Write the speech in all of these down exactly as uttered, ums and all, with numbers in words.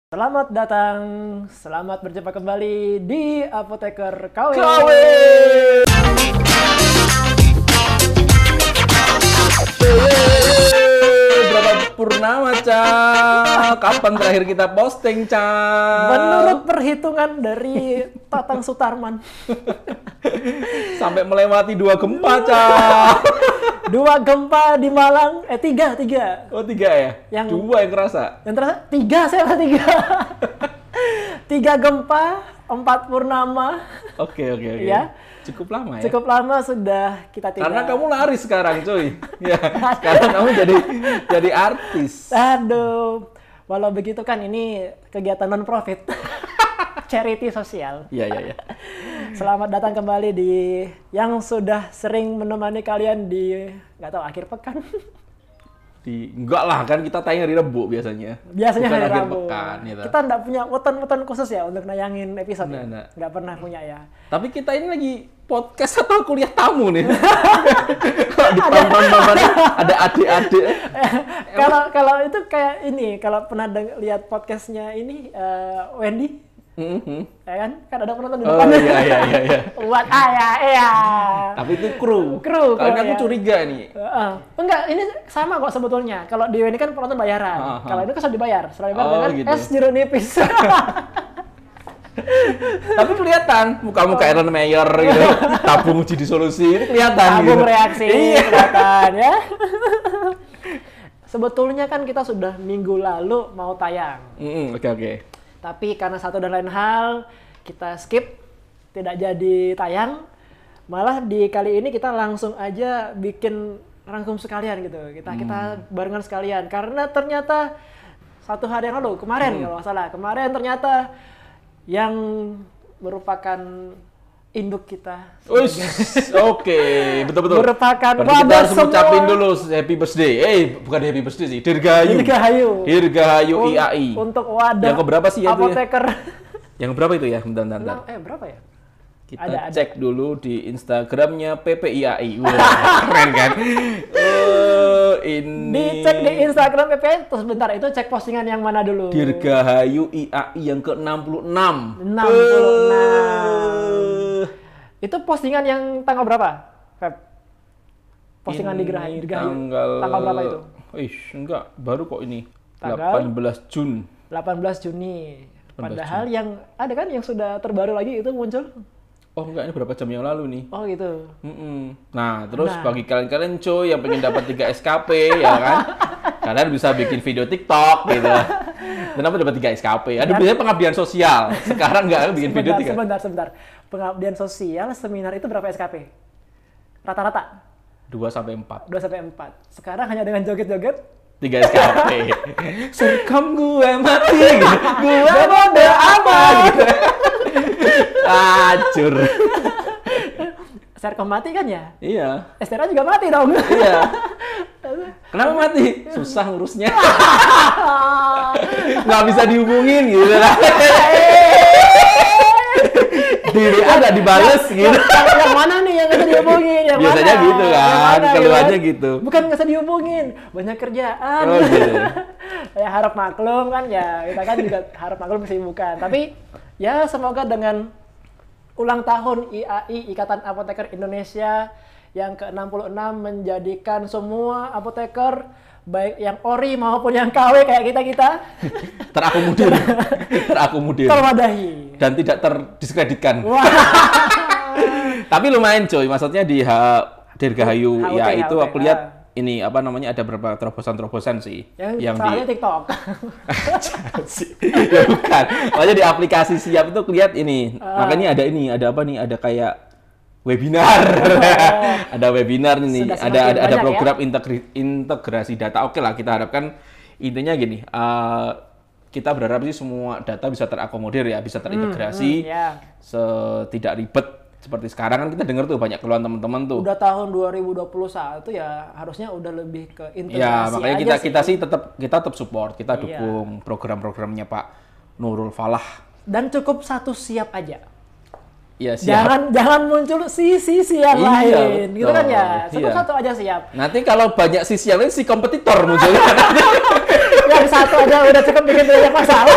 Selamat datang, selamat berjumpa kembali di Apoteker K W. K W. Berapa purnama, Cak? Kapan terakhir kita posting, Cak? Menurut perhitungan dari Tatang Sutarman, sampai melewati dua gempa, Cak. dua gempa di Malang, eh tiga, tiga. Oh, tiga ya? Yang- Dua yang kerasa? Yang terasa tiga, saya rasa tiga. Tiga gempa, empat purnama. Oke, oke, oke. Ya. Cukup lama ya? Cukup lama sudah kita tinggal. Karena kamu lari sekarang, cuy. Ya, sekarang kamu jadi jadi artis. Aduh, walau begitu kan ini kegiatan non-profit. Charity sosial. Iya, iya, iya. Selamat datang kembali di yang sudah sering menemani kalian di nggak tahu akhir pekan. Di enggak lah, kan kita tayang hari Rabu biasanya. Biasanya Bukan hari akhir Rabu. pekan, gitu. Kita nggak punya weton-weton khusus ya untuk nayangin episode. Nggak, ya? nggak. Nggak pernah punya ya. Tapi kita ini lagi podcast atau kuliah tamu nih. Kalau ditonton ada adik-adik. Kalau kalau itu kayak ini, kalau pernah deng- lihat podcastnya ini eh, Wendy, Mhm. ya kan? Kan ada penonton di Oh depan. iya iya iya. iya. Buat ayah, iya. Tapi itu kru. Kru, Kalau ini kru, aku ya. curiga nih. Heeh. Enggak, ini sama kok sebetulnya. Kalau di Wendy kan penonton bayaran. Aha. Kalau ini kan sudah dibayar. Sudah dibayar Oh, dengan gitu. es jeruk nipis. Tapi kelihatan muka-muka Aaron Mayer gitu. Tabung uji disolusi itu kelihatan Tabung gitu. reaksi, Iya. kelihatan ya. Sebetulnya kan kita sudah minggu lalu mau tayang. Mm-mm, Oke oke. Tapi karena satu dan lain hal, kita skip, tidak jadi tayang. Malah di kali ini kita langsung aja bikin rangkum sekalian gitu. Kita kita barengan sekalian. Karena ternyata satu hari yang lalu, kemarin kalau nggak salah, kemarin ternyata yang merupakan induk kita. Uish, oke, betul-betul. Merupakan Berarti kita wadah harus semua. ngucapin dulu happy birthday. Eh, bukan happy birthday sih, Dirgahayu. Dirgahayu. Dirgahayu Un- I A I. Untuk wadah Yang keberapa sih ya itu ya? Apoteker. Yang berapa itu ya? Bentar, bentar, bentar. Eh berapa ya? Kita Ada, ada. cek dulu di Instagramnya P P I A I. Wah, keren kan? Oh, ini. Dicek di Instagram P P I, terus bentar itu cek postingan yang mana dulu? Dirgahayu I A I yang ke enam puluh enam. enam puluh enam. Eh, Itu postingan yang tanggal berapa? Feb? Postingan di ini Gerahayu. Dirgahayu. Tanggal... Tanggal berapa itu? Ih, enggak, baru kok ini. Tanggal? delapan belas Juni. delapan belas Juni. delapan belas Padahal yang ada kan yang sudah terbaru lagi itu muncul. Oh, enggak, ini berapa jam yang lalu nih? Oh gitu. Mm-mm. Nah, terus Nah. bagi kalian-kalian cuy yang pengen dapat tiga S K P ya kan, kalian bisa bikin video TikTok gitu. Kenapa dapat tiga S K P? Ada biasanya pengabdian sosial. Sekarang nggak bikin video Sebentar, tiga. sebentar, sebentar. Pengabdian sosial seminar itu berapa S K P? Rata-rata dua sampai empat. dua sampai empat. Sekarang hanya dengan joget-joget. tiga S K P. Surkam gue mati gitu. Gue bodo amat gitu. Acur. Serkom mati kan ya? Iya. Estera juga mati dong. Iya. Kenapa mati? Susah ngurusnya. Nggak bisa dihubungin gitu lah. Di W A nggak dibales gitu. yang, yang mana nih yang nggak bisa dihubungin? Yang Biasanya mana? gitu kan, Yang mana, keluhannya kan? gitu. Bukan nggak bisa dihubungin, banyak kerjaan. Oh, gitu. Ya harap maklum kan ya, kita kan juga harap maklum kesibukan. Tapi ya semoga dengan ulang tahun I A I, Ikatan Apoteker Indonesia yang ke enam puluh enam menjadikan semua apoteker baik yang ori maupun yang K W kayak kita-kita Terakomodir. Terakomodir. terwadahi. Dan tidak terdiskreditkan. Wah. Tapi lumayan coy, maksudnya di H Dirgahayu H U T, ya H U T, itu aku ah. lihat ini apa namanya ada beberapa terobosan-terobosan sih Yang, salahnya di TikTok. ya bukan. Makanya di aplikasi Siap itu lihat ini. Ah. Makanya ada ini, ada apa nih? Ada kayak webinar. Ada webinar nih, Sudah ada semakin ada, ada banyak ya? program integri- integrasi data. Oke lah, kita harapkan intinya gini, eh, kita berharap sih semua data bisa terakomodir ya, bisa terintegrasi, Hmm, ya. se- tidak ribet seperti sekarang kan kita dengar tuh banyak keluhan teman-teman tuh. Udah tahun dua ribu dua puluh satu ya harusnya udah lebih ke integrasi Ya, makanya aja kita sih. kita sih tetap kita tetap support, kita Iya. dukung program-programnya Pak Nurul Falah. Dan cukup satu Siap aja. Ya, siap. Jangan jangan muncul sisi-sisi yang Iya, lain. Gitu kan betul. ya. Cukup Iya. satu aja Siap. Nanti kalau banyak sisi yang lain si kompetitor munculnya. Yang satu aja udah cukup bikin banyak masalah.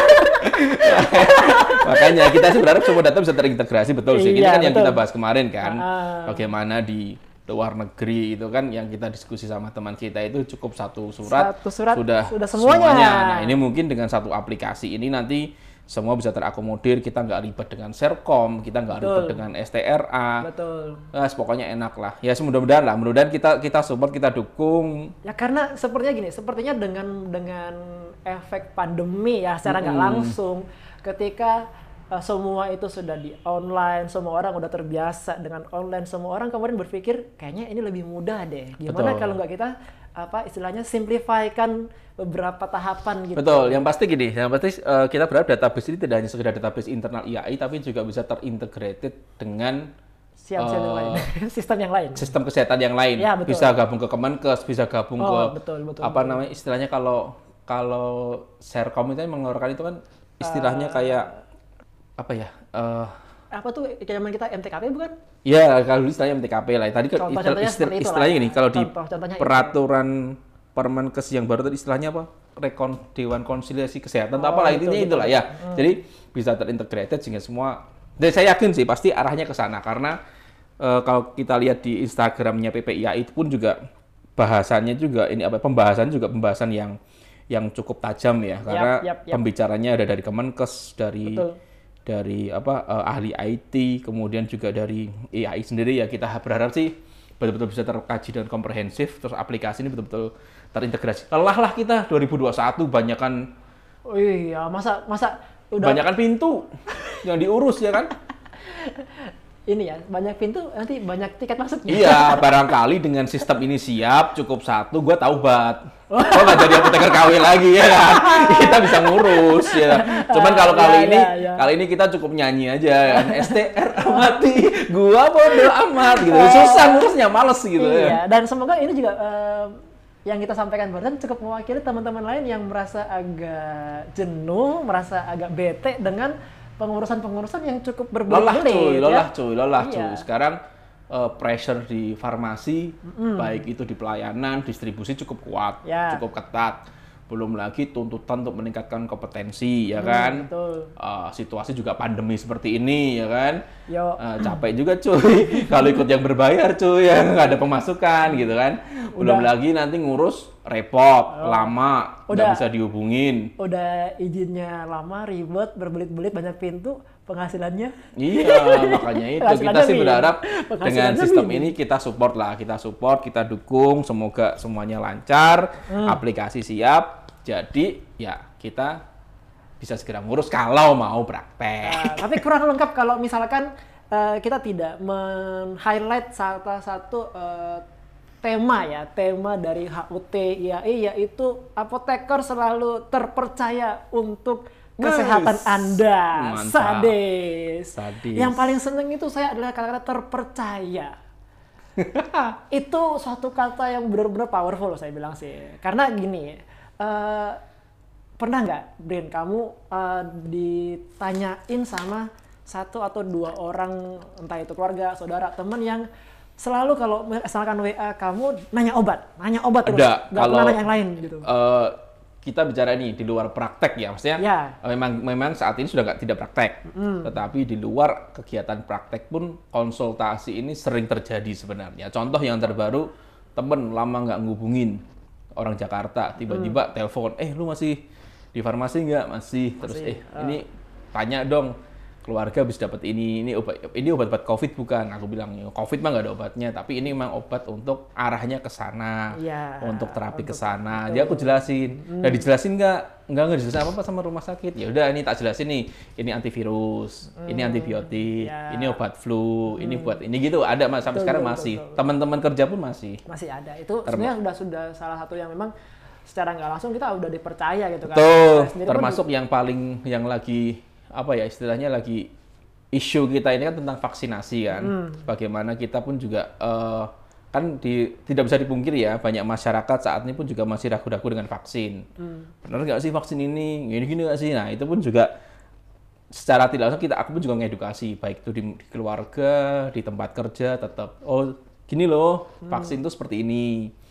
Makanya kita sih berharap semua data bisa terintegrasi, betul sih. Ini Iya, kan yang betul. kita bahas kemarin kan, Ah. bagaimana di luar negeri itu kan yang kita diskusi sama teman kita itu cukup satu surat, Satu surat sudah, sudah semuanya. Nah ini mungkin dengan satu aplikasi ini nanti semua bisa terakomodir, kita nggak ribet dengan Serkom, kita nggak ribet Betul. dengan S T R A. Betul. Nah, pokoknya enak lah. Ya mudah-mudahan lah, mudah-mudahan kita kita support, kita dukung. Ya karena sepertinya gini, sepertinya dengan dengan efek pandemi ya secara nggak Mm-mm. langsung ketika uh, semua itu sudah di online, semua orang udah terbiasa dengan online, semua orang kemudian berpikir kayaknya ini lebih mudah deh. Gimana Betul. kalau nggak kita apa istilahnya simplify-kan beberapa tahapan gitu. Betul, yang pasti gini, yang pasti eh, kita berharap database ini tidak hanya sekedar database internal I A I, tapi juga bisa terintegrated dengan Siap-siap yang eh, lain, sistem yang lain. sistem kesehatan yang lain. Ya, betul. Bisa gabung ke Kemenkes, bisa gabung Oh, ke betul, betul, apa betul. namanya istilahnya kalau kalau Serkom itu mengeluarkan itu kan istilahnya kayak apa ya? eh Apa tuh zaman kita M T K P bukan? Ya, kalau dulu istilahnya M T K P lah. Tadi kan Contoh-contohnya istilah, seperti itu istilahnya lah. gini, kalau di Contoh- contohnya itu. peraturan Permenkes yang baru tadi istilahnya apa? Rekon Dewan Konsiliasi Kesehatan atau Oh, apalah betul, intinya betul. itulah ya. Jadi bisa terintegrated sehingga semua. Dan saya yakin sih pasti arahnya ke sana karena eh, kalau kita lihat di Instagramnya P P I A I itu pun juga bahasannya juga ini apa? Pembahasan juga pembahasan yang yang cukup tajam ya karena yap, yap. pembicaranya ada dari Kemenkes, dari Betul. dari apa eh, ahli I T, kemudian juga dari A I sendiri ya kita berharap sih betul-betul bisa terkaji dan komprehensif, terus aplikasi ini betul-betul terintegrasi. Lelah lah kita dua ribu dua puluh satu banyakan Oh iya, masa masa udah banyakan pintu yang diurus ya kan? ini ya, banyak pintu nanti banyak tiket masuknya. Iya, barangkali dengan sistem ini siap, cukup satu, gua taubat. Gua nggak jadi apoteker K W lagi ya kan? Kita bisa ngurus ya. Cuman kalau kali Ya, ini, ya, ya. kali ini kita cukup nyanyi aja kan. S T R A mati, gua bodo amat gitu. Susah ngurusnya, males gitu ya. Iya, dan semoga ini juga eh, yang kita sampaikan barusan cukup mewakili teman-teman lain yang merasa agak jenuh, merasa agak bete dengan pengurusan-pengurusan yang cukup Lelah berbelit-belit. cuy, ya. lelah cuy, lelah Iya. cuy. Sekarang eh, pressure di farmasi, baik itu di pelayanan, distribusi cukup kuat, Ya. cukup ketat. Belum lagi tuntutan untuk meningkatkan kompetensi, ya Hmm, kan? betul. Eh, situasi juga pandemi seperti ini, ya kan? Yo. Eh, capek juga cuy, kalau ikut yang berbayar cuy, yang nggak ada pemasukan gitu kan. Belum Udah. lagi nanti ngurus repot, lama, nggak Udah. bisa dihubungin. Udah izinnya lama, ribet, berbelit-belit, banyak pintu, penghasilannya. Iya, makanya itu kita Penghasilannya sih minim. berharap Penghasilannya dengan sistem minim. ini kita support lah, kita support, kita dukung, semoga semuanya lancar, Hmm. aplikasi siap, jadi ya kita bisa segera ngurus kalau mau praktek. Nah, tapi kurang lengkap kalau misalkan eh, kita tidak men-highlight salah satu eh, tema ya, tema dari H U T I A I yaitu apoteker selalu terpercaya untuk kesehatan Nice. Anda. Mantap. Sadis. Sadis. Yang paling seneng itu saya adalah kata-kata terpercaya. Itu suatu kata yang benar-benar powerful saya bilang sih. Karena gini, eh, pernah nggak, Brin, kamu eh, ditanyain sama satu atau dua orang, entah itu keluarga, saudara, teman yang selalu kalau misalkan W A kamu nanya obat, nanya obat terus, Ada, nggak kalau pernah nanya yang lain gitu. eh, kita bicara ini di luar praktek ya, maksudnya Ya. eh, memang memang saat ini sudah nggak tidak praktek, tetapi di luar kegiatan praktek pun konsultasi ini sering terjadi sebenarnya. Contoh yang terbaru, temen lama nggak ngubungin orang Jakarta, tiba-tiba telepon, eh lu masih di farmasi nggak? Masih. Terus Masih, eh ini tanya dong, keluarga bisa dapat ini, ini obat ini obat-obat COVID bukan? Aku bilang COVID mah nggak ada obatnya, tapi ini memang obat untuk arahnya ke sana, Iya, untuk terapi ke untuk- sana. Dia aku jelasin, nah dijelasin nggak? Nggak nggak dijelasin apa-apa sama rumah sakit. Ya udah ini tak jelasin nih, ini antivirus, ini antibiotik, ya. ini obat flu, ini buat ini gitu. Ada mas sampai Betul, sekarang betul, masih. betul. Teman-teman kerja pun masih. Masih ada. Itu Terma- sebenarnya sudah sudah salah satu yang memang secara nggak langsung kita udah dipercaya gitu kan. Betul. Saya sendiri pun Termasuk yang paling yang lagi apa ya istilahnya lagi isu kita ini kan tentang vaksinasi kan. Hmm. Bagaimana kita pun juga eh, kan di, tidak bisa dipungkiri ya banyak masyarakat saat ini pun juga masih ragu-ragu dengan vaksin. Hmm. Benar nggak sih vaksin ini? Gini-gini nggak sih? Nah itu pun juga secara tidak langsung kita aku pun juga ngedukasi baik itu di, di keluarga, di tempat kerja tetap oh gini loh vaksin itu seperti ini.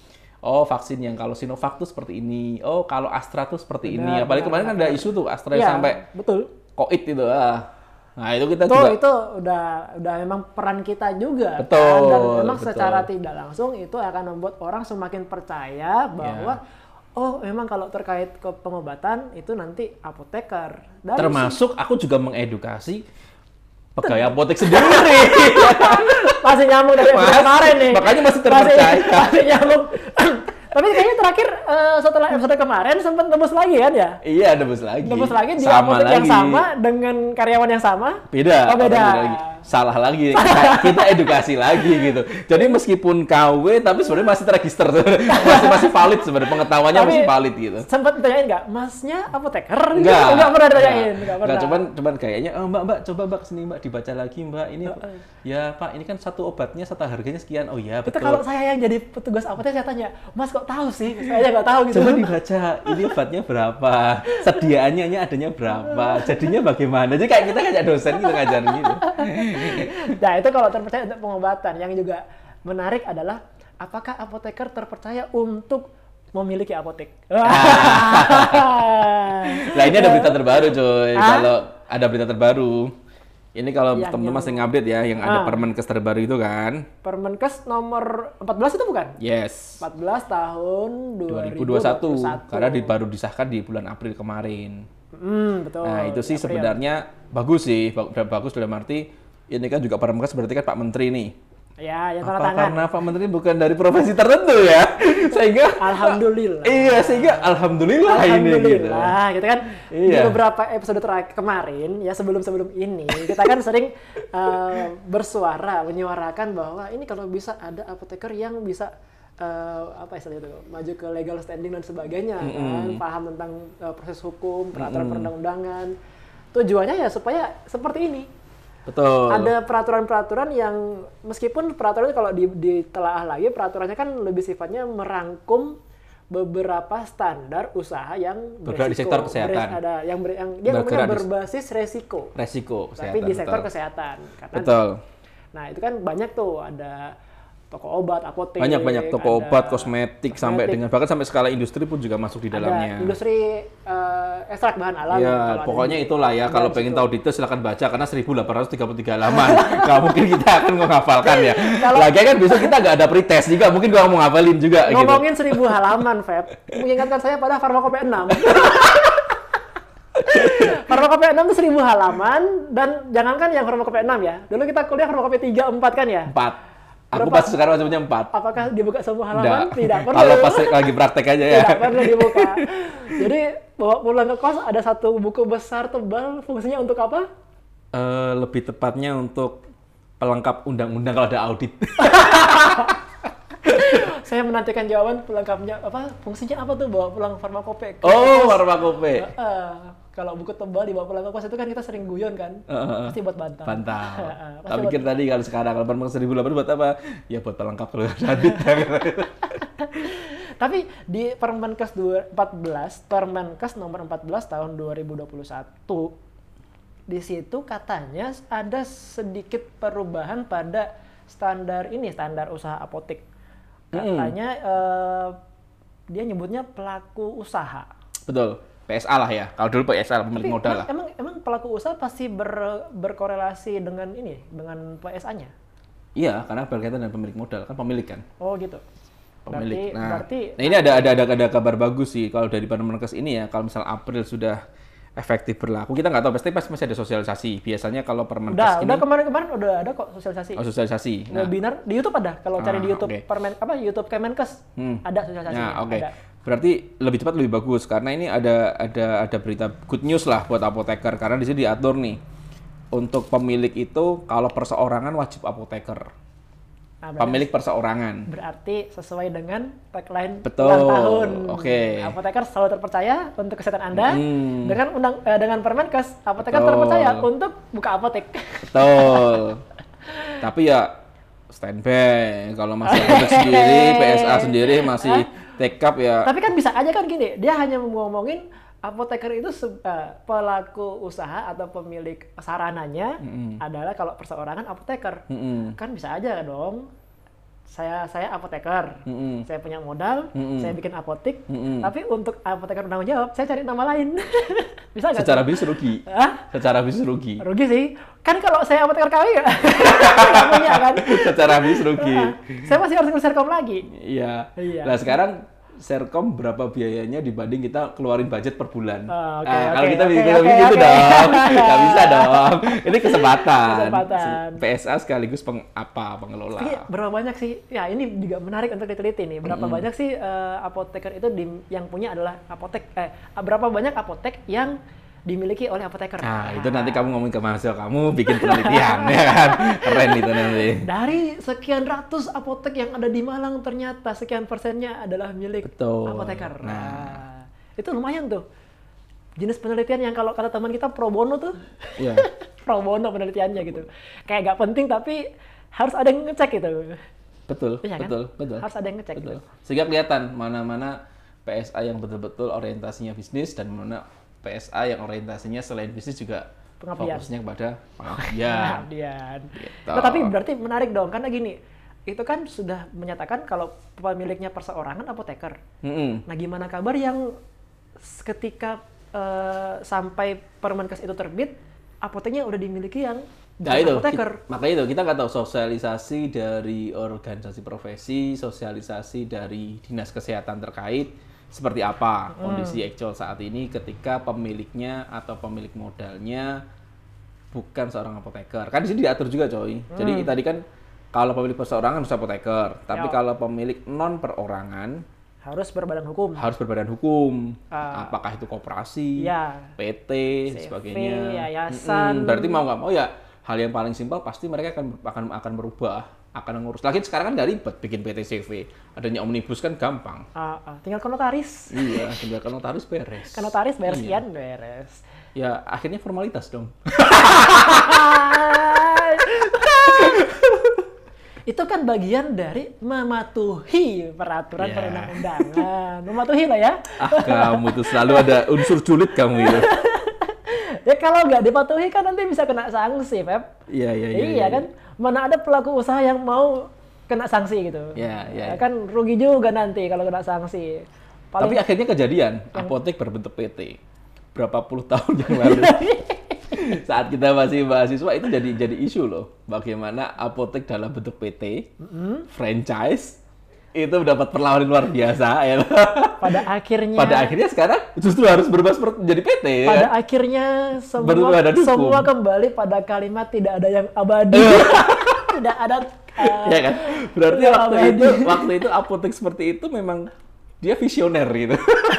oh vaksin yang kalau Sinovac tuh seperti ini, oh kalau Astra tuh seperti ini. Benar, Apalagi benar, kemarin kan ada benar. isu tuh Astra Iya, yang sampai betul. COVID itu. Ah. Nah itu kita Itu juga itu udah udah memang peran kita juga Betul, kan, dan memang betul. secara tidak langsung itu akan membuat orang semakin percaya bahwa oh memang kalau terkait ke pengobatan itu nanti apoteker. Dan termasuk aku juga mengedukasi pegawai apotek sendiri. masih nyambung dari episode Masih, kemarin nih. makanya masih terpercaya. Masih, masih nyambung. Tapi kayaknya terakhir eh, setelah episode kemarin sempat tembus lagi kan ya? Iya, debus lagi. Tembus lagi di Sama apotek yang lagi. sama dengan karyawan yang sama? Beda. Oh, beda. orang lagi. Salah lagi. Kita edukasi lagi gitu. Jadi meskipun K W tapi sebenarnya masih terregister. masih masih valid sebenarnya, pengetahuannya Tapi masih valid gitu. Sempat ditanyain nggak, masnya apoteker? Enggak. Enggak pernah ditanyain. Enggak pernah. Enggak, cuman cuman kayaknya oh, Mbak, Mbak, coba Mbak sini Mbak dibaca lagi Mbak. Ini ya Pak, ini kan satu obatnya satu harganya sekian. Oh iya, Itu betul. kalau saya yang jadi petugas apotek saya tanya, Mas kok tahu sih? Saya nggak tahu gitu. Coba dibaca, ini obatnya berapa, sediaannya ini adanya berapa, jadinya bagaimana. Jadi kayak kita kayak dosen gitu ngajarin gitu. Nah itu kalau terpercaya untuk pengobatan. Yang juga menarik adalah apakah apoteker terpercaya untuk memiliki apotek? Nah ini ada berita terbaru coy, Hah? kalau ada berita terbaru. Ini kalau Yang- teman-teman yang- masih ngupdate ya, yang ada Ah. Permenkes terbaru itu kan. Permenkes nomor empat belas itu bukan? Yes. empat belas tahun dua ribu dua ribu dua puluh dua satu puluh satu. karena di, baru disahkan di bulan April kemarin. Hmm, betul. Nah itu sih April. sebenarnya bagus sih, bag- bagus dalam arti ini kan juga Permenkes berarti kan Pak Menteri nih. Ya, yang tanda Apa tangan. karena Pak Menteri bukan dari profesi tertentu ya, sehingga Alhamdulillah. iya sehingga alhamdulillah, ini gitu. Alhamdulillah, gitu kan. Di Iya. beberapa episode terakhir kemarin, ya sebelum-sebelum ini, kita kan sering eh, bersuara, menyuarakan bahwa ini kalau bisa ada apoteker yang bisa eh, apa istilahnya itu, maju ke legal standing dan sebagainya, kan, paham tentang eh, proses hukum, peraturan perundang-undangan. Tujuannya ya supaya seperti ini. Betul. Ada peraturan-peraturan yang meskipun peraturan itu kalau di- ditelaah lagi peraturannya kan lebih sifatnya merangkum beberapa standar usaha yang Bergerak di beresiko. sektor kesehatan. Beres- ada yang ber- yang dia ngomongnya Bergerak di- berbasis resiko. Resiko Tapi kesehatan. di sektor betul. kesehatan. Karena, Betul. Nah, itu kan banyak tuh ada toko obat, apotek, Banyak-banyak toko ada obat, kosmetik, sampai kosmetik, dengan bahkan sampai skala industri pun juga masuk di ada dalamnya. industri eh, ekstrak bahan alam. Ya, kalau ada pokoknya di- itulah ya. ada Kalau di pengen situ. tahu detail silahkan baca karena seribu delapan ratus tiga puluh tiga halaman. Nggak mungkin kita akan menghafalkan ya. Lagi kan besok kita nggak ada pretest juga, mungkin gua mau ngapalin juga gitu. Ngomongin seribu halaman, Feb, mengingatkan saya pada Farmakope enam. Farmakope enam itu seribu halaman, dan jangankan yang Farmakope enam ya. Dulu kita kuliah Farmakope tiga, empat kan ya? Empat. Aku Berapa? pas sekarang masih punya empat. Apakah dibuka semua halaman? Nggak. Tidak perlu. Kalau pas lagi praktek aja ya. Tidak perlu dibuka. Jadi, bawa pulang ke kos ada satu buku besar tebal, fungsinya untuk apa? Eh, lebih tepatnya untuk pelengkap undang-undang kalau ada audit. Saya menantikan jawaban pelengkapnya apa? Fungsinya apa tuh bawa pulang Farmakope? ke Oh, kos? Farmakope. Heeh. Kalau buku tebal dibawa pulang ke kos itu kan kita sering guyon kan? Heeh. Pasti buat bantal. Bantal. Heeh, pasti Tak buat- pikir tadi kalau sekarang kalau Permenkes seribu delapan buat apa? Ya buat pelengkap kalau ada audit. Tapi di Permenkes dua- empat belas, Permenkes nomor empat belas tahun dua ribu dua puluh satu, di situ katanya ada sedikit perubahan pada standar ini, standar usaha apotek. Katanya eh, dia nyebutnya pelaku usaha. Betul. P S A lah ya. Kalau dulu P S A pemilik Tapi modal emang, lah. emang emang pelaku usaha pasti ber- berkorelasi dengan ini, dengan P S A-nya. Iya, karena berkaitan dengan pemilik modal kan pemilik kan. Oh gitu. Pemilik. Berarti, nah, berarti nah, ini ada ada ada ada kabar bagus sih kalau dari Permenkes ini ya. Kalau misal April sudah efektif berlaku, kita nggak tahu pasti pasti masih ada sosialisasi. Biasanya kalau Permenkes udah, ini udah kemarin-kemarin udah ada kok sosialisasi. oh, sosialisasi. Nah, Webinar di YouTube ada. Kalau cari di Ah, YouTube oke. Permen apa YouTube Kemenkes Hmm. ada sosialisasinya. Nah, oke. Ada. Berarti lebih cepat lebih bagus karena ini ada ada ada berita good news lah buat apoteker karena di sini diatur nih untuk pemilik itu kalau perseorangan wajib apoteker. Nah, berarti, Pemilik perseorangan. berarti sesuai dengan tagline Betul, ulang tahun. oke. Apoteker selalu terpercaya untuk kesehatan Anda. Hmm. Dengan undang eh, dengan Permenkes, apoteker Betul. terpercaya untuk buka apotek. Betul. Tapi ya standby kalau masih apotek sendiri, P S A sendiri masih take up ya. Tapi kan bisa aja kan gini, dia hanya ngomongin apoteker itu se- eh, pelaku usaha atau pemilik sarananya adalah kalau perseorangan apoteker. Mm-mm. Kan bisa aja dong saya saya apoteker, Mm-mm. saya punya modal, Mm-mm. saya bikin apotek, Mm-mm. tapi untuk apoteker bertanggung jawab, saya cari nama lain. Bisa nggak? Secara bisnis rugi. Hah? Secara bisnis rugi. Rugi sih. Kan kalau saya apoteker K W ya, nggak punya kan. Secara bisnis rugi. Saya masih harus ngurus Serkom lagi. Iya. Iya. Nah sekarang Serkom berapa biayanya dibanding kita keluarin budget per bulan? Oh, oke, nah, oke, kalau kita oke, bikin oke, gitu oke. dong, nggak bisa dong. Ini kesempatan. Kesempatan. P S A sekaligus peng, apa pengelola. Tapi berapa banyak sih? Ya ini juga menarik untuk diteliti nih. Berapa Mm-mm. banyak sih eh, apoteker itu di, yang punya adalah apotek? Eh, berapa banyak apotek yang dimiliki oleh apoteker? Nah, itu nanti kamu ngomong ke mahasiswa kamu bikin penelitian, ya kan? Keren itu nanti. Dari sekian ratus apotek yang ada di Malang, ternyata sekian persennya adalah milik Betul. apoteker. Nah. Nah, itu lumayan tuh. Jenis penelitian yang kalau kata teman kita pro bono tuh, Iya. pro bono penelitiannya gitu. Kayak gak penting tapi harus ada yang ngecek gitu. Betul, Iya kan? betul, betul. Harus ada yang ngecek Betul. gitu. Sehingga kelihatan mana-mana P S A yang betul-betul orientasinya bisnis dan mana P S A yang orientasinya selain bisnis juga Pengabdian. fokusnya kepada pengabdian. Pengabdian. Gitu. Nah, tapi berarti menarik dong, karena gini, itu kan sudah menyatakan kalau pemiliknya perseorangan apoteker. Mm-mm. Nah, gimana kabar yang ketika eh, sampai Permenkes itu terbit, apoteknya udah dimiliki yang Nah bukan itu, apoteker. ki- makanya itu kita nggak tahu sosialisasi dari organisasi profesi, sosialisasi dari dinas kesehatan terkait seperti apa kondisi actual saat ini ketika pemiliknya atau pemilik modalnya bukan seorang apoteker. Kan di sini diatur juga coy. Jadi tadi kan kalau pemilik perseorangan harus apoteker, tapi Ya. kalau pemilik non perorangan Harus berbadan hukum. harus berbadan hukum. Ah. Apakah itu koperasi, Ya. P T, C V, sebagainya. yayasan. Mm-mm. Berarti mau nggak mau ya hal yang paling simpel pasti mereka akan akan akan berubah, akan ngurus. Lagi sekarang kan nggak ribet bikin P T C V. Adanya omnibus kan gampang. Ah, ah. Tinggal ke notaris. Iya, tinggal ke notaris beres. Ke notaris bayar Iya. sekian, beres. Ya akhirnya formalitas dong. Itu kan bagian dari mematuhi peraturan Ya. perundang-undangan. Mematuhi lah ya. Ah kamu itu selalu ada unsur julid kamu itu. Ya kalau nggak dipatuhi kan nanti bisa kena sanksi, Pep. Iya iya iya. Iya kan? Mana ada pelaku usaha yang mau kena sanksi gitu. Iya, iya, Ya iya. kan rugi juga nanti kalau kena sanksi. Tapi akhirnya kejadian apotek berbentuk P T. Berapa puluh tahun yang lalu. Saat kita masih mahasiswa itu jadi jadi isu loh. Bagaimana apotek dalam bentuk P T, franchise itu mendapat perlawanan luar biasa ya. pada akhirnya Pada akhirnya sekarang justru harus berubah seperti jadi P T ya. pada kan? akhirnya semua Berbadan hukum. semua kembali pada kalimat tidak ada yang abadi. Tidak ada uh, Ya kan? Berarti yang waktu abadi. itu waktu itu apotek seperti itu memang dia visioner gitu.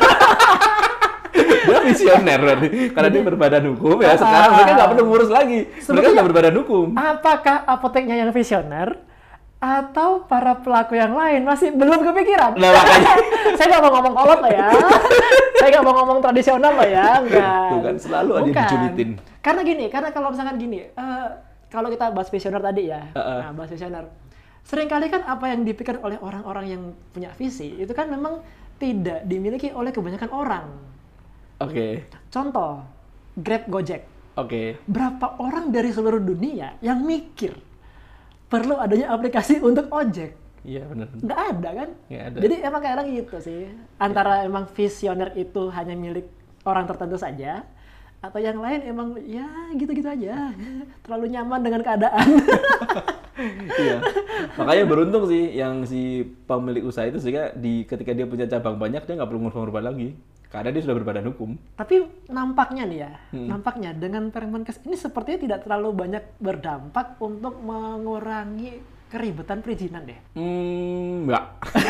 Dia visioner berarti. Karena dia berbadan hukum ya. Sekarang mereka nggak perlu ngurus lagi. Mereka Sebetulnya- nggak berbadan hukum. Apakah apoteknya yang visioner atau para pelaku yang lain masih belum kepikiran? Nah, makanya. Saya nggak mau ngomong kolot loh ya. Saya nggak mau ngomong tradisional loh ya. Enggak. Tuh kan, selalu ada yang Bukan. dijulitin. Karena gini, karena kalau misalkan gini, eh, kalau kita bahas visioner tadi ya, Uh-uh. nah bahas visioner. Seringkali kan apa yang dipikir oleh orang-orang yang punya visi, itu kan memang tidak dimiliki oleh kebanyakan orang. Oke. Contoh, Grab, Gojek. Oke. Berapa orang dari seluruh dunia yang mikir perlu adanya aplikasi untuk ojek? Iya benar. Nggak ada kan? Nggak ada. Jadi emang kadang gitu sih. Antara emang visioner itu hanya milik orang tertentu saja, atau yang lain emang ya gitu-gitu aja. Terlalu nyaman dengan keadaan. Iya. Makanya beruntung sih yang si pemilik usaha itu sehingga di ketika dia punya cabang banyak dia nggak perlu ngurus-ngurus lagi. Karena dia sudah berbadan hukum. Tapi nampaknya nih ya, Hmm. nampaknya dengan Permenkes ini sepertinya tidak terlalu banyak berdampak untuk mengurangi keribetan perizinan deh. Hmm, enggak.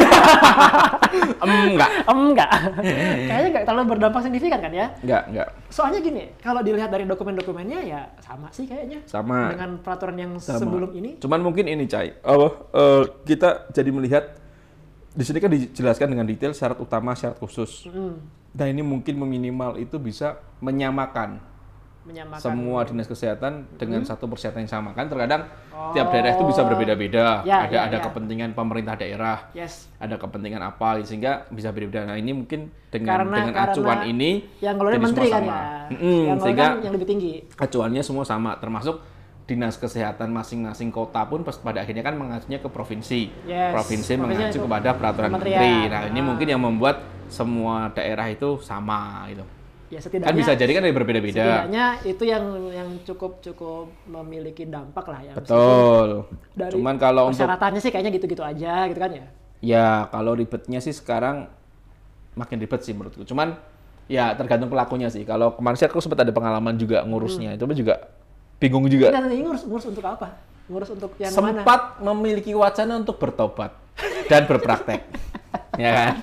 Em, enggak. Enggak. Kayaknya nggak terlalu berdampak signifikan kan ya? Enggak, enggak. Soalnya gini, kalau dilihat dari dokumen-dokumennya ya sama sih kayaknya. Sama. Dengan peraturan yang Sama. sebelum ini. Cuman mungkin ini, Cai. Apa eh, kita jadi melihat di sini kan dijelaskan dengan detail syarat utama, syarat khusus. Mm, Nah, ini mungkin meminimal itu bisa menyamakan menyamakan. semua dinas kesehatan dengan satu persyaratan yang sama kan. Terkadang Oh. tiap daerah itu bisa berbeda-beda. Ya, ada ya, ada ya. kepentingan pemerintah daerah. Yes. Ada kepentingan apa sehingga bisa beda-beda. Nah, ini mungkin dengan Karena- dengan karena acuan ini Yang ngeluarin jadi menteri semua kan sama. ya. Mm-mm, yang sehingga ngeluarin yang lebih tinggi. acuannya semua sama termasuk dinas kesehatan masing-masing kota pun pas- pada akhirnya kan mengajunya ke provinsi. Yes, Provinsi provinsi mengacu itu kepada peraturan kementerian. menteri. Nah, ini Ah. mungkin yang membuat semua daerah itu sama gitu. Ya setidaknya Kan bisa jadi kan ada berbeda-beda. setidaknya itu yang yang cukup cukup memiliki dampak lah ya. Betul. Dari Cuman kalau untuk persyaratannya sih kayaknya gitu-gitu aja gitu kan ya. ya kalau ribetnya sih sekarang makin ribet sih menurutku. Cuman ya tergantung pelakunya sih. Kalau kemarin sih aku sempat ada pengalaman juga ngurusnya. Itu juga bingung juga. Dan ini ngurus ngurus untuk apa? Ngurus untuk yang mana? Sempat memiliki wacana untuk bertobat dan berpraktek. Ya kan?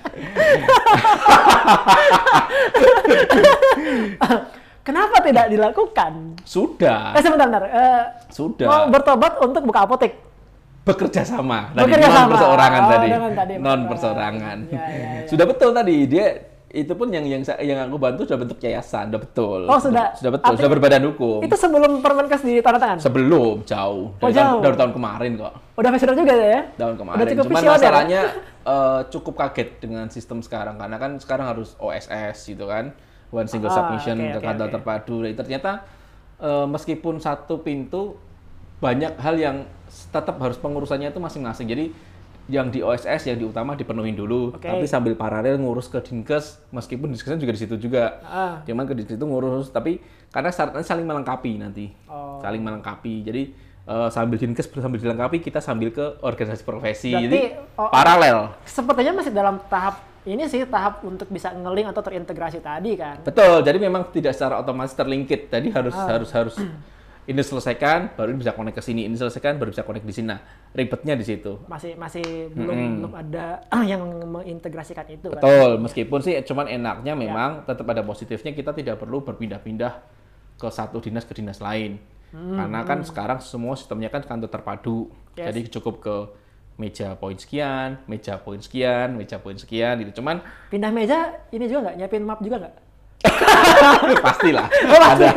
Kenapa tidak dilakukan? Sudah. Eh sebentar, bentar. Eh, Sudah. Mau bertobat untuk buka apotek. Bekerja sama. Tadi Bekerja non sama. perseorangan Oh, tadi. dengan tadi Non betul. perseorangan. Ya, ya, ya. Sudah betul tadi dia itu pun yang yang sa- yang aku bantu sudah bentuk yayasan, sudah betul. Oh, sudah. Sudah betul, Artinya- sudah berbadan hukum. Itu sebelum Permenkes ditandatangan? Sebelum jauh Oh, dari, tahun, jauh. dari tahun kemarin kok. Udah visioner juga ya? Tahun kemarin. Udah cukup Cuman visioner. masalahnya eh, cukup kaget dengan sistem sekarang karena kan sekarang harus O S S gitu kan. One single Ah, submission oke, ke oke, kantor oke. terpadu. Nah, ternyata eh, meskipun satu pintu banyak hal yang tetap harus pengurusannya itu masing-masing. Jadi yang di O S S yang di utama dipenuhin dulu, Oke. tapi sambil paralel ngurus ke Dinkes, meskipun Dinkesnya juga di situ juga. Ah. Cuman ke Dinkes itu ngurus, tapi karena syaratnya saling melengkapi nanti, Oh. saling melengkapi. Jadi eh, sambil Dinkes sambil dilengkapi, kita sambil ke organisasi profesi. Berarti, Jadi oh, paralel. Sepertinya masih dalam tahap ini sih tahap untuk bisa ngeling atau terintegrasi tadi kan. Betul. Jadi memang tidak secara otomatis terlinkit. Tadi harus Ah. harus harus ini selesaikan, baru ini bisa connect ke sini. Ini selesaikan, baru bisa connect di sini. Nah, ribetnya di situ. Masih masih belum belum ada yang mengintegrasikan itu kan. Betul, meskipun sih cuman enaknya memang tetap ada positifnya kita tidak perlu berpindah-pindah ke satu dinas ke dinas lain. Karena kan sekarang semua sistemnya kan kantor terpadu. Yes. Jadi cukup ke meja poin sekian, meja poin sekian, meja poin sekian gitu. Cuman Pindah meja ini juga nggak nyiapin map juga nggak? pastilah Oh, pasti. ada.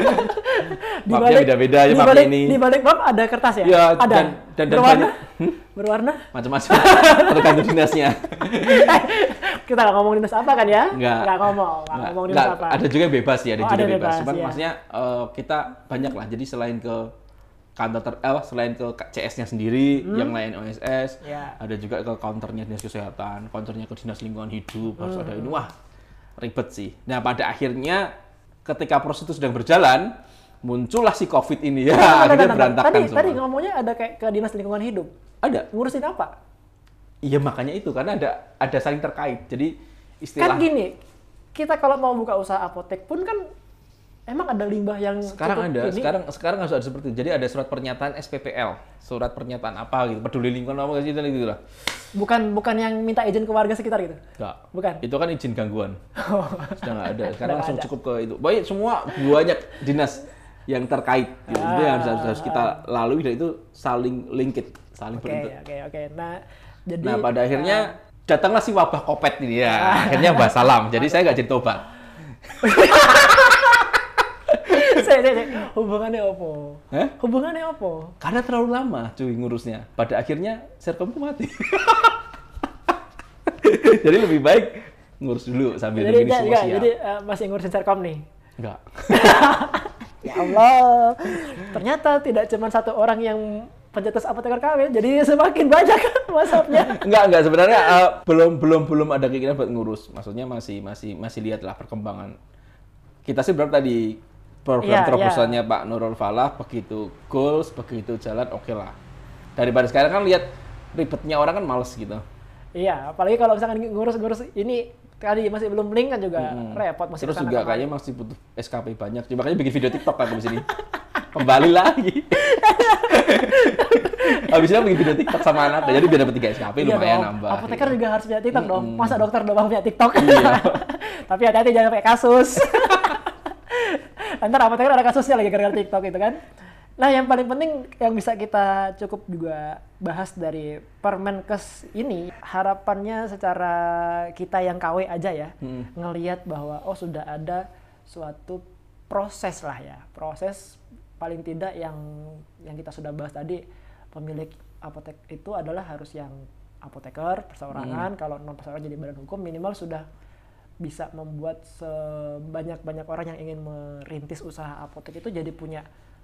Mapnya beda-beda ya di mapnya balik- ini. Di balik map ada kertas ya? Ya, ada. dan- dan- dan berwarna? banyak- Berwarna? Macam-macam tergantung dinasnya. Kita nggak ngomong dinas apa kan ya? Nggak. Nggak ngomong, nggak Nggak, ngomong dinas nggak, apa. ada juga yang bebas ya, ada Oh, juga ada bebas. bebas, Cuman iya. maksudnya eh, kita banyak lah. Jadi selain ke kantor ter, eh, selain ke C S-nya sendiri, yang lain O S S, Hmm. Iya. ada juga ke counternya dinas kesehatan, counternya ke dinas lingkungan hidup, harus Hmm. ada ini. Wah, ribet sih. Nah, pada akhirnya ketika proses itu sedang berjalan, muncullah si COVID ini ya, Bentar, bentar, akhirnya bentar. berantakan Tadi, semua. tadi ngomongnya ada kayak ke dinas lingkungan hidup. Ada. Ngurusin apa? Iya makanya itu karena ada ada saling terkait. Jadi istilah Kan gini, kita kalau mau buka usaha apotek pun kan emang ada limbah yang sekarang cukup ada ini. sekarang sekarang harus ada seperti itu. Jadi ada surat pernyataan S P P L, surat pernyataan apa gitu, peduli lingkungan apa gitu gitu lah. Bukan bukan yang minta izin ke warga sekitar gitu. Enggak. Bukan. Itu kan izin gangguan. Sudah nggak ada. Sekarang Udah langsung ada. cukup ke itu. Baik semua banyak dinas yang terkait. Gitu. Itu yang harus, harus, harus kita lalui dan itu saling linked, saling Oke, berinter- oke, oke. Nah, jadi Nah pada akhirnya datanglah si wabah kopet ini ya. Akhirnya mbak salam. Jadi saya nggak jadi tobat. saya, saya, saya, hubungannya apa? Hah? Hubungannya apa? Karena terlalu lama cuy ngurusnya. Pada akhirnya serkomku mati. Jadi lebih baik ngurus dulu sambil Jadi, begini enggak, semua enggak, siap. jadi eh, masih ngurusin Serkom nih. Enggak. Ya Allah, ternyata tidak cuma satu orang yang pencetus apoteker K W, jadi semakin banyak kan WhatsApp-nya. Enggak, enggak sebenarnya eh, belum belum belum ada keinginan buat ngurus. Maksudnya masih masih masih lihatlah perkembangan. Kita sih berarti tadi program Iya, terobosannya Pak Nurul Falah begitu goals, begitu jalan oke lah. Daripada sekarang kan lihat ribetnya orang kan males gitu. Iya, apalagi kalau misalkan ngurus-ngurus ini tadi masih belum link kan juga repot masih Terus kesana juga kemari. kayaknya masih butuh S K P banyak. Jadi makanya bikin video TikTok kan di sini. Kembali lagi. Habisnya bikin video TikTok sama anak. Jadi biar dapat tiga S K P Iya lumayan dong. nambah. Apoteker gitu. juga harus punya TikTok dong. Masa dokter doang punya TikTok? Iya. Tapi hati-hati jangan pakai kasus. Ntar apoteker ada kasusnya lagi gara-gara TikTok itu kan. Nah, yang paling penting yang bisa kita cukup juga bahas dari Permenkes ini, harapannya secara kita yang K W aja ya, ngelihat bahwa oh sudah ada suatu proses lah ya, proses paling tidak yang yang kita sudah bahas tadi, pemilik apotek itu adalah harus yang apoteker perseorangan, kalau non perseorangan jadi badan hukum minimal sudah bisa membuat sebanyak-banyak orang yang ingin merintis usaha apotek itu jadi punya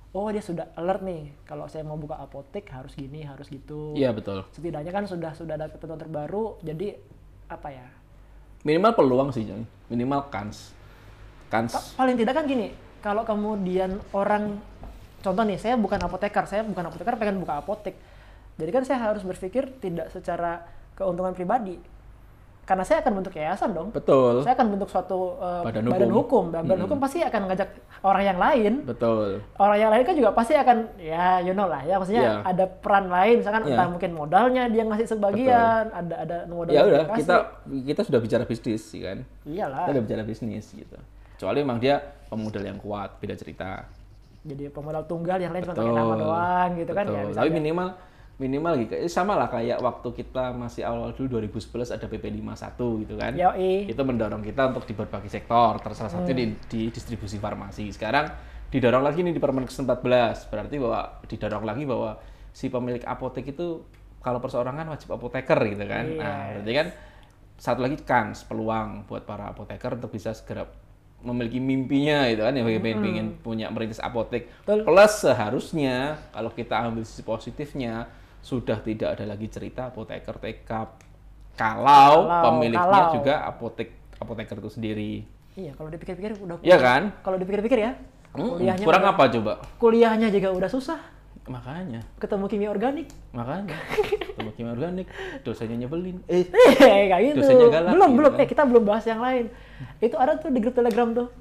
oh dia sudah alert nih, kalau saya mau buka apotek harus gini, harus gitu. Iya betul. Setidaknya kan sudah sudah ada ketentuan terbaru, jadi apa ya? Minimal peluang sih, Jang. Minimal kans. Kans. Pa- Paling tidak kan gini, kalau kemudian orang, contoh nih, saya bukan apoteker, saya bukan apoteker pengen buka apotek. Jadi kan saya harus berpikir tidak secara keuntungan pribadi. Karena saya akan bentuk yayasan dong. Betul. Saya akan bentuk suatu uh, Badan badan hukum. hukum. Badan Mm-mm. hukum pasti akan ngajak orang yang lain. Betul. Orang yang lain kan juga pasti akan, ya you know lah ya, maksudnya Iya. ada peran lain, misalkan Iya. entah mungkin modalnya dia ngasih sebagian, ada ada modal Ya yang udah, dia kasih. kita kita sudah bicara bisnis sih kan. Iyalah. Kita udah bicara bisnis gitu. Kecuali memang dia pemodal yang kuat, beda cerita. Jadi pemodal tunggal yang lain cuma Betul. pakai nama doang gitu kan ya. Betul. bisa Tapi aja. minimal minimal gitu. Eh, sama lah kayak waktu kita masih awal dulu dua ribu sebelas ada P P lima puluh satu gitu kan. Yoi. Itu mendorong kita untuk di berbagai sektor, terus salah satu di, di distribusi farmasi. Sekarang didorong lagi nih di Permenkes empat belas. Berarti bahwa didorong lagi bahwa si pemilik apotek itu kalau perseorangan wajib apoteker gitu kan. Iya. Nah, berarti kan satu lagi kans peluang buat para apoteker untuk bisa segera memiliki mimpinya gitu kan, yang pengen, pengen punya merintis apotek. Betul. Plus seharusnya kalau kita ambil sisi positifnya sudah tidak ada lagi cerita apoteker tekap kalau, Kalau, pemiliknya kalau. juga apotek apoteker itu sendiri. Iya, kalau dipikir-pikir udah. Iya kan? Kalau dipikir-pikir ya, Hmm, kuliahnya kurang udah- apa coba? kuliahnya juga udah susah. Makanya, Ketemu kimia organik. makanya. Temu kimia organik, dosennya nyebelin. Eh, Eh, kayak gitu. Dosennya galak belum, gitu belum. kan. Eh, kita belum bahas yang lain. Itu ada tuh di grup Telegram tuh.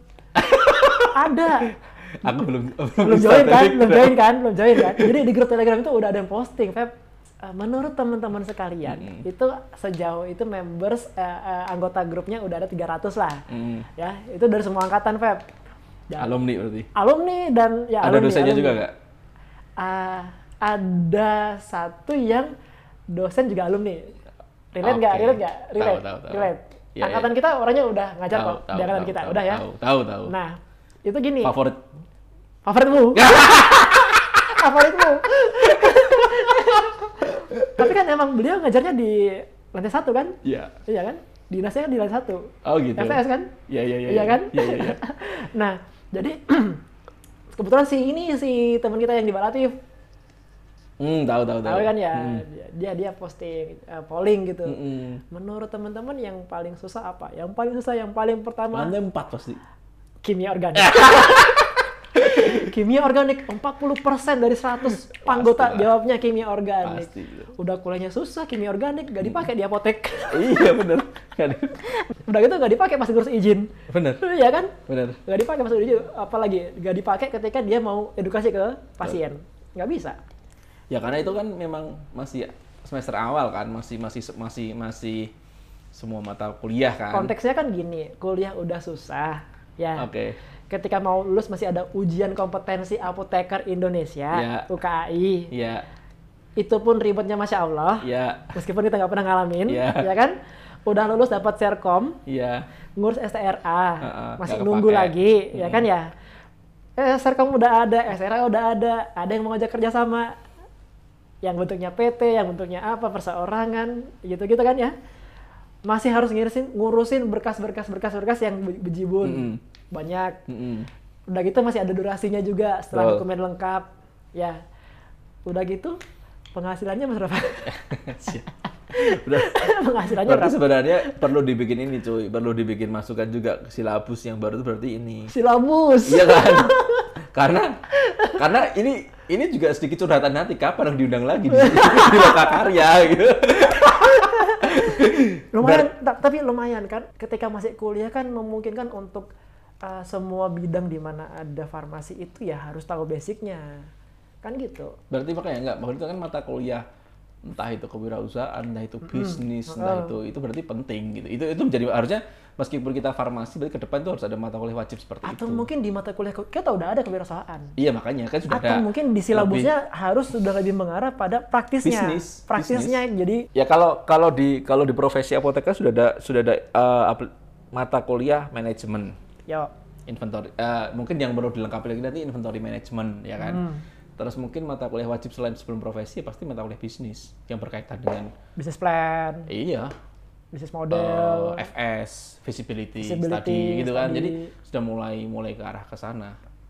Ada. aku belum Belum join kan? Belum join kan? Belum join kan? Jadi di grup Telegram itu udah ada yang posting, Feb. eh, menurut teman-teman sekalian, Mm-hmm. itu sejauh itu members eh, eh, anggota grupnya udah ada tiga ratus lah. Mm. Ya, itu dari semua angkatan, Feb. Dan Alumni berarti. alumni dan ya Ada alumni, dosennya alumni. juga nggak? Ah, ada satu yang dosen juga alumni. Relate nggak? Oke. Relate nggak? Tahu, Relate. tahu, tahu. Relate. Iya, Angkatan iya. kita orangnya udah ngajar Tahu, kok tahu, di angkatan tahu, kita, tahu, udah ya. Tahu, tahu, tahu. Nah, itu gini. Favorit. Favoritmu. Favoritmu. Tapi kan emang beliau ngajarnya di lantai satu kan? Iya. Iya kan? Dinasnya kan di lantai satu. Oh gitu. F S kan? Iya, iya, iya. Iya kan? Iya, iya, iya. Nah, jadi kebetulan si ini si teman kita yang di Balatif, Hmm, tahu, tahu, tahu. tahu kan ya, Hmm. dia dia posting uh, polling gitu. Mm-mm. Menurut teman-teman yang paling susah apa? Yang paling susah yang paling pertama Lantai empat pasti. kimia organik. Kimia organik empat puluh persen dari seratus anggota Pastilah. jawabnya kimia organik. Pasti. Udah kuliahnya susah kimia organik, gak dipakai di apotek. Iya, bener. Kan? Udah gitu gak dipakai pas ngurus izin. Bener. Iya kan? Bener. Gak dipakai pas ngurus izin, apalagi gak dipakai ketika dia mau edukasi ke pasien. Gak bisa. Ya karena itu kan memang masih semester awal kan, masih masih masih masih semua mata kuliah kan. Konteksnya kan gini, kuliah udah susah. Ya. Oke. Ketika mau lulus masih ada ujian kompetensi apoteker Indonesia, Ya. U K A I. Iya. Itu pun ribetnya Masya Allah. Iya. Meskipun kita nggak pernah ngalamin, Ya. ya kan? Udah lulus dapat serkom, Iya. ngurus S T R A, Heeh, masih nggak nunggu kepake. lagi, ya Hmm. kan ya? Eh, serkom udah ada, S T R A udah ada, ada yang mau ngajak kerjasama, yang bentuknya P T, yang bentuknya apa, perseorangan, gitu-gitu kan ya? Masih harus ngurusin, ngurusin berkas-berkas berkas-berkas yang be- bejibun, Mm-mm. banyak. Mm-mm. Udah gitu masih ada durasinya juga setelah Betul. dokumen lengkap, ya. Udah gitu penghasilannya berapa? Udah. penghasilannya Berarti berapa? sebenarnya perlu dibikin ini cuy, perlu dibikin masukan juga ke silabus yang baru itu berarti ini. Silabus. Iya kan? karena karena ini ini juga sedikit curhatan hati, kapan diundang lagi di, di Lokakarya gitu. Lumayan, ta- tapi lumayan kan ketika masih kuliah kan memungkinkan untuk uh, semua bidang di mana ada farmasi itu ya harus tahu basicnya. Kan gitu. Berarti makanya enggak, maksudnya itu kan mata kuliah entah itu kewirausahaan, entah itu bisnis, entah itu itu berarti penting gitu. Itu itu menjadi harusnya meskipun kita farmasi berarti ke depan itu harus ada mata kuliah wajib seperti Atau itu. mungkin di mata kuliah kita udah ada kewirausahaan. Iya, makanya kan sudah Atau ada. mungkin di silabusnya harus sudah lebih mengarah pada praktisnya. Bisnis, Praktisnya jadi Ya kalau kalau di kalau di profesi apoteker sudah ada sudah ada eh, apl- mata kuliah manajemen, yo inventory. eh, mungkin yang perlu dilengkapi lagi nanti inventory management ya kan. Hmm. Terus mungkin mata kuliah wajib selain sebelum profesi pasti mata kuliah bisnis yang berkaitan dengan business plan, iya bisnis model, eh, F S, visibility, Visibility study gitu kan. study. Jadi sudah mulai mulai ke arah ke sana.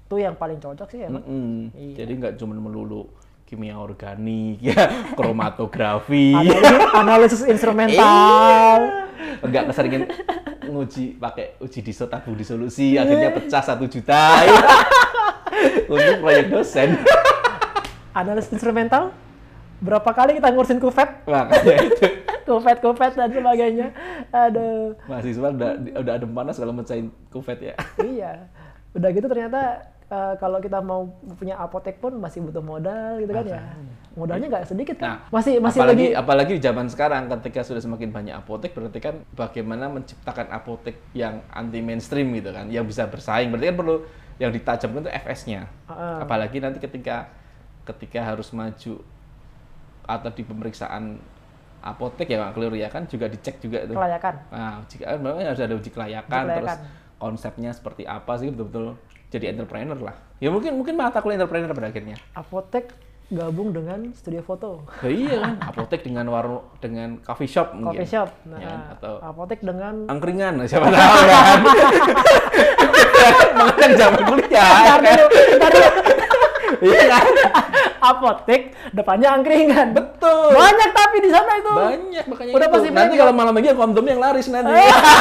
itu yang paling cocok sih emang. Mm-mm. Iya. Jadi nggak cuma melulu kimia organik, ya kromatografi, Analisis, analisis instrumental. nggak keseringan nguji pakai uji diso tabung disolusi, akhirnya pecah satu juta. Untuk proyek dosen. Analisis instrumental. Berapa kali kita ngurusin kufet? Makanya itu. Kufet-kufet dan sebagainya. Aduh. Mahasiswa udah udah adem panas kalau mecahin kufet ya. Iya. Udah gitu ternyata uh, kalau kita mau punya apotek pun masih butuh modal gitu kan ya. Modalnya nggak sedikit kan. Nah, masih masih apalagi lagi apalagi di zaman sekarang ketika sudah semakin banyak apotek, berarti kan bagaimana menciptakan apotek yang anti mainstream gitu kan, yang bisa bersaing. Berarti kan perlu yang ditajamkan itu F S-nya. Uh, Apalagi nanti ketika ketika harus maju atau di pemeriksaan apotek ya nggak keliru ya kan, juga dicek juga itu. kelayakan. Nah, jika memang harus ada uji kelayakan, Uji terus kelayakan. konsepnya seperti apa sih betul-betul jadi entrepreneur lah. Ya mungkin mungkin mata kuliah entrepreneur pada akhirnya. Apotek gabung dengan studio foto. Ya, iya kan, apotek dengan warung dengan coffee shop mungkin. Coffee shop. Nah, Ya kan? Atau apotek dengan angkringan, siapa tahu kan. Makanya zaman kuliah. Ntar dulu, ntar dulu. Iya kan? Apotek depannya angkringan. Betul. Banyak tapi di sana itu. Banyak makanya Udah itu. pasti Nanti banyak. kalau malam lagi kondom yang laris nanti.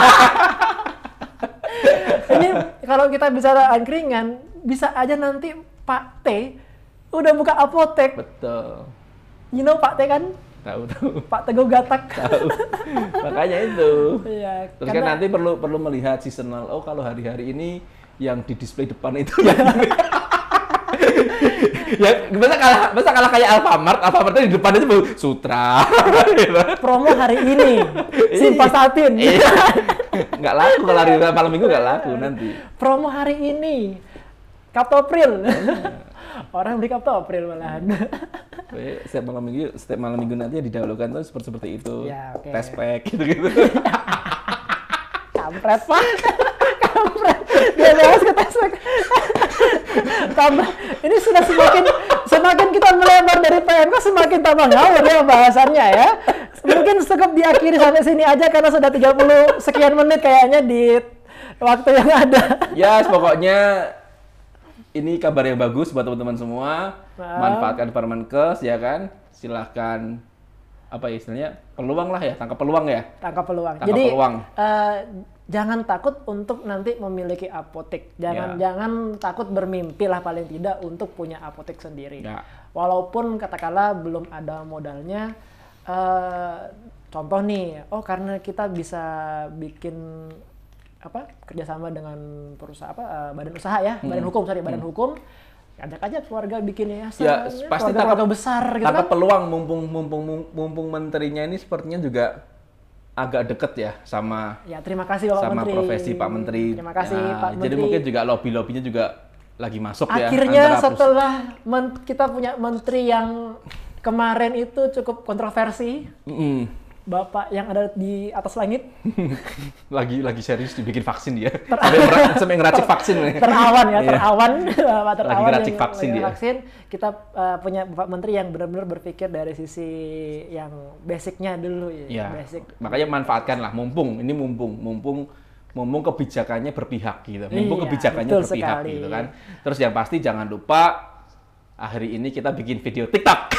Ini kalau kita bicara angkringan, bisa aja nanti Pak T udah buka apotek. Betul. You know Pak T kan? Tahu tahu. Pak Teguh Gatak. Tahu. Makanya itu. Iya. Terus kan karena- nanti perlu perlu melihat seasonal. Oh, kalau hari-hari ini yang di display depan itu yang ya masa kalah masa kalah kayak Alfamart, Alfamart di depan itu baru Sutra. promo hari ini Simpasatin. Iya. Nggak laku kalau hari malam minggu nggak laku nanti. Promo hari ini Kaptopril. Orang beli Kaptopril malahan. Pokoknya Setiap malam minggu, setiap malam minggu nanti ya didahulukan tuh seperti seperti itu. Ya, oke. Test pack gitu-gitu. Kampret Pak. Kampret. Dia bahas ke testek. Tambah. Ini sudah semakin semakin kita melebar dari P M K semakin tambah ngawur ya bahasannya ya. Mungkin cukup diakhiri sampai sini aja karena sudah tiga puluh sekian menit kayaknya di waktu yang ada. Ya, pokoknya ini kabar yang bagus buat teman-teman semua. Nah. Manfaatkan Permenkes ya kan. Silahkan apa ya istilahnya peluang lah ya, tangkap peluang ya. Tangkap peluang. Tangkap Jadi peluang. eh, jangan takut untuk nanti memiliki apotek. Jangan Ya. jangan takut bermimpi lah paling tidak untuk punya apotek sendiri. Ya. Walaupun katakanlah belum ada modalnya. eh, contoh nih, oh karena kita bisa bikin apa kerjasama dengan perusahaan apa eh, badan usaha ya, badan hukum sorry badan hukum. Ajak aja keluarga bikin ya, Ya, pasti keluarga tangkap besar gitu tangkap kan. peluang mumpung mumpung mumpung menterinya ini sepertinya juga agak deket ya sama Ya terima kasih Bapak sama Menteri. profesi Pak Menteri. Terima kasih Ya, Pak Menteri. Jadi mungkin juga lobby-lobbynya juga lagi masuk ya. Akhirnya antara pus- setelah men- kita punya menteri yang kemarin itu cukup kontroversi, Mm-mm. Bapak yang ada di atas langit, lagi lagi serius dibikin vaksin dia. Sampai, ngera- sampai ngeracik vaksin nih. terawan ya, Iya. terawan, Bapak terawan Lagi ngeracik yang- vaksin lagi dia. vaksin. Kita uh, punya Bapak Menteri yang benar-benar berpikir dari sisi yang basicnya dulu ya, Ya, basic. makanya manfaatkan lah, mumpung ini mumpung, mumpung, mumpung kebijakannya berpihak gitu, mumpung Iya, kebijakannya betul berpihak sekali. gitu kan. Terus yang pasti jangan lupa hari ini kita bikin video TikTok.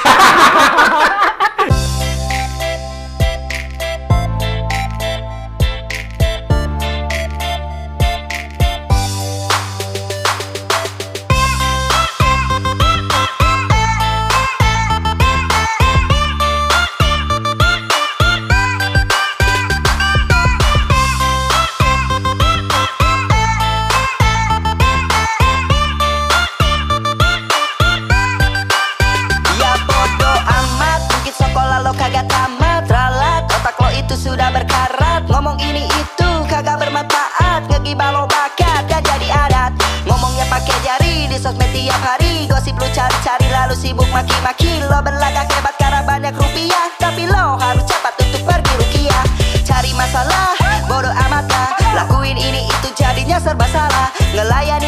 Ya bodo amat, mungkin sekolah lo kagak tamat. Ralat, otak lo itu sudah berkarat. Ngomong ini itu kagak bermanfaat. Ngegibah lo bakat, gak jadi adat. Ngomongnya pakai jari di sosmed tiap hari. Gosip lu cari-cari lalu sibuk maki-maki. Lo berlagak hebat karena banyak rupiah, tapi lo harus cepat untuk pergi rukiah. Cari masalah, bodo amat lah. Lakuin ini itu jadinya serba salah. Ngelayan